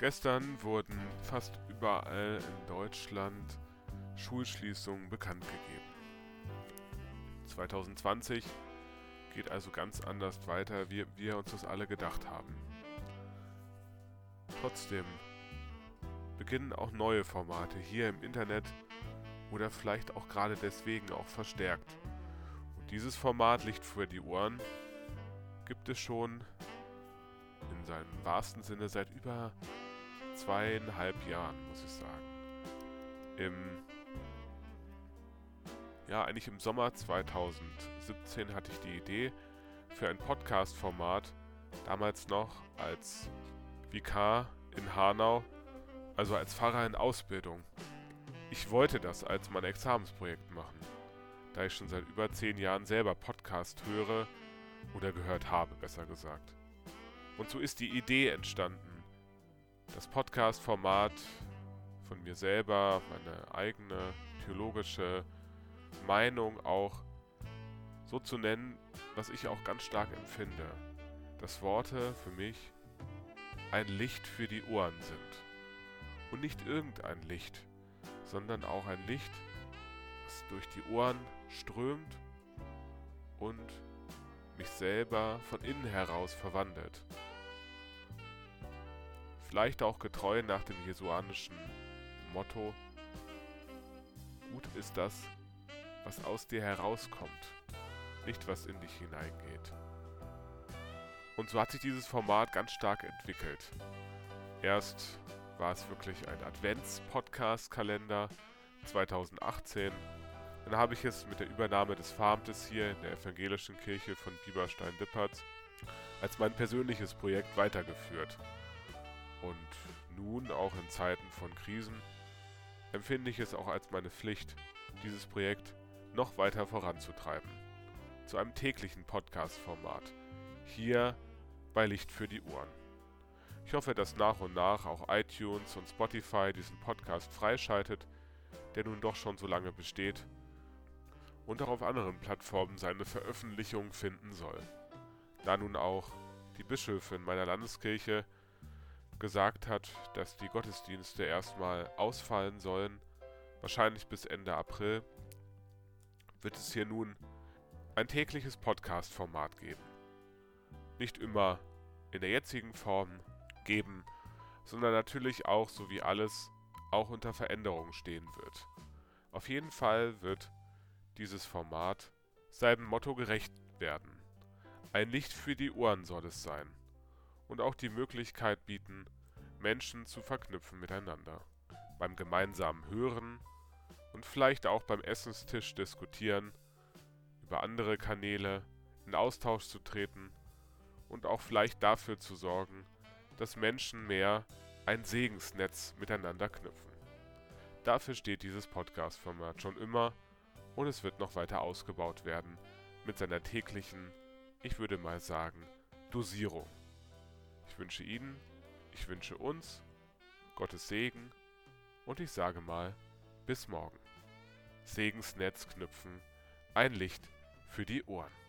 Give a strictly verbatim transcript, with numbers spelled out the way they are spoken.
Gestern wurden fast überall in Deutschland Schulschließungen bekannt gegeben. zwanzig zwanzig geht also ganz anders weiter, wie wir uns das alle gedacht haben. Trotzdem beginnen auch neue Formate hier im Internet oder vielleicht auch gerade deswegen auch verstärkt. Und dieses Format Licht für die Ohren gibt es schon in seinem wahrsten Sinne seit über zweieinhalb Jahren, muss ich sagen. Im, ja, eigentlich im Sommer zweitausendsiebzehn hatte ich die Idee für ein Podcast-Format, damals noch als Vikar in Hanau, also als Pfarrer in Ausbildung. Ich wollte das als mein Examensprojekt machen, da ich schon seit über zehn Jahren selber Podcast höre oder gehört habe, besser gesagt. Und so ist die Idee entstanden, das Podcast-Format von mir selber, meine eigene theologische Meinung auch so zu nennen, was ich auch ganz stark empfinde, dass Worte für mich ein Licht für die Ohren sind. Und nicht irgendein Licht, sondern auch ein Licht, das durch die Ohren strömt und mich selber von innen heraus verwandelt. Vielleicht auch getreu nach dem jesuanischen Motto: Gut ist das, was aus dir herauskommt, nicht was in dich hineingeht. Und so hat sich dieses Format ganz stark entwickelt. Erst war es wirklich ein Advents-Podcast-Kalender zweitausendachtzehn. Dann habe ich es mit der Übernahme des Pfarramtes hier in der evangelischen Kirche von Bieberstein-Dippertz als mein persönliches Projekt weitergeführt. Und nun, auch in Zeiten von Krisen, empfinde ich es auch als meine Pflicht, dieses Projekt noch weiter voranzutreiben. Zu einem täglichen Podcast-Format. Hier bei Licht für die Ohren. Ich hoffe, dass nach und nach auch iTunes und Spotify diesen Podcast freischaltet, der nun doch schon so lange besteht und auch auf anderen Plattformen seine Veröffentlichung finden soll. Da nun auch die Bischöfin meiner Landeskirche gesagt hat, dass die Gottesdienste erstmal ausfallen sollen, wahrscheinlich bis Ende April, wird es hier nun ein tägliches Podcast-Format geben. Nicht immer in der jetzigen Form geben, sondern natürlich auch, so wie alles, auch unter Veränderung stehen wird. Auf jeden Fall wird dieses Format seinem Motto gerecht werden. Ein Licht für die Ohren soll es sein und auch die Möglichkeit bieten, Menschen zu verknüpfen miteinander. Beim gemeinsamen Hören und vielleicht auch beim Essenstisch diskutieren, über andere Kanäle in Austausch zu treten und auch vielleicht dafür zu sorgen, dass Menschen mehr ein Segensnetz miteinander knüpfen. Dafür steht dieses Podcast-Format schon immer und es wird noch weiter ausgebaut werden mit seiner täglichen, ich würde mal sagen, Dosierung. Ich wünsche Ihnen, ich wünsche uns Gottes Segen und ich sage mal, bis morgen. Segensnetz knüpfen, ein Licht für die Ohren.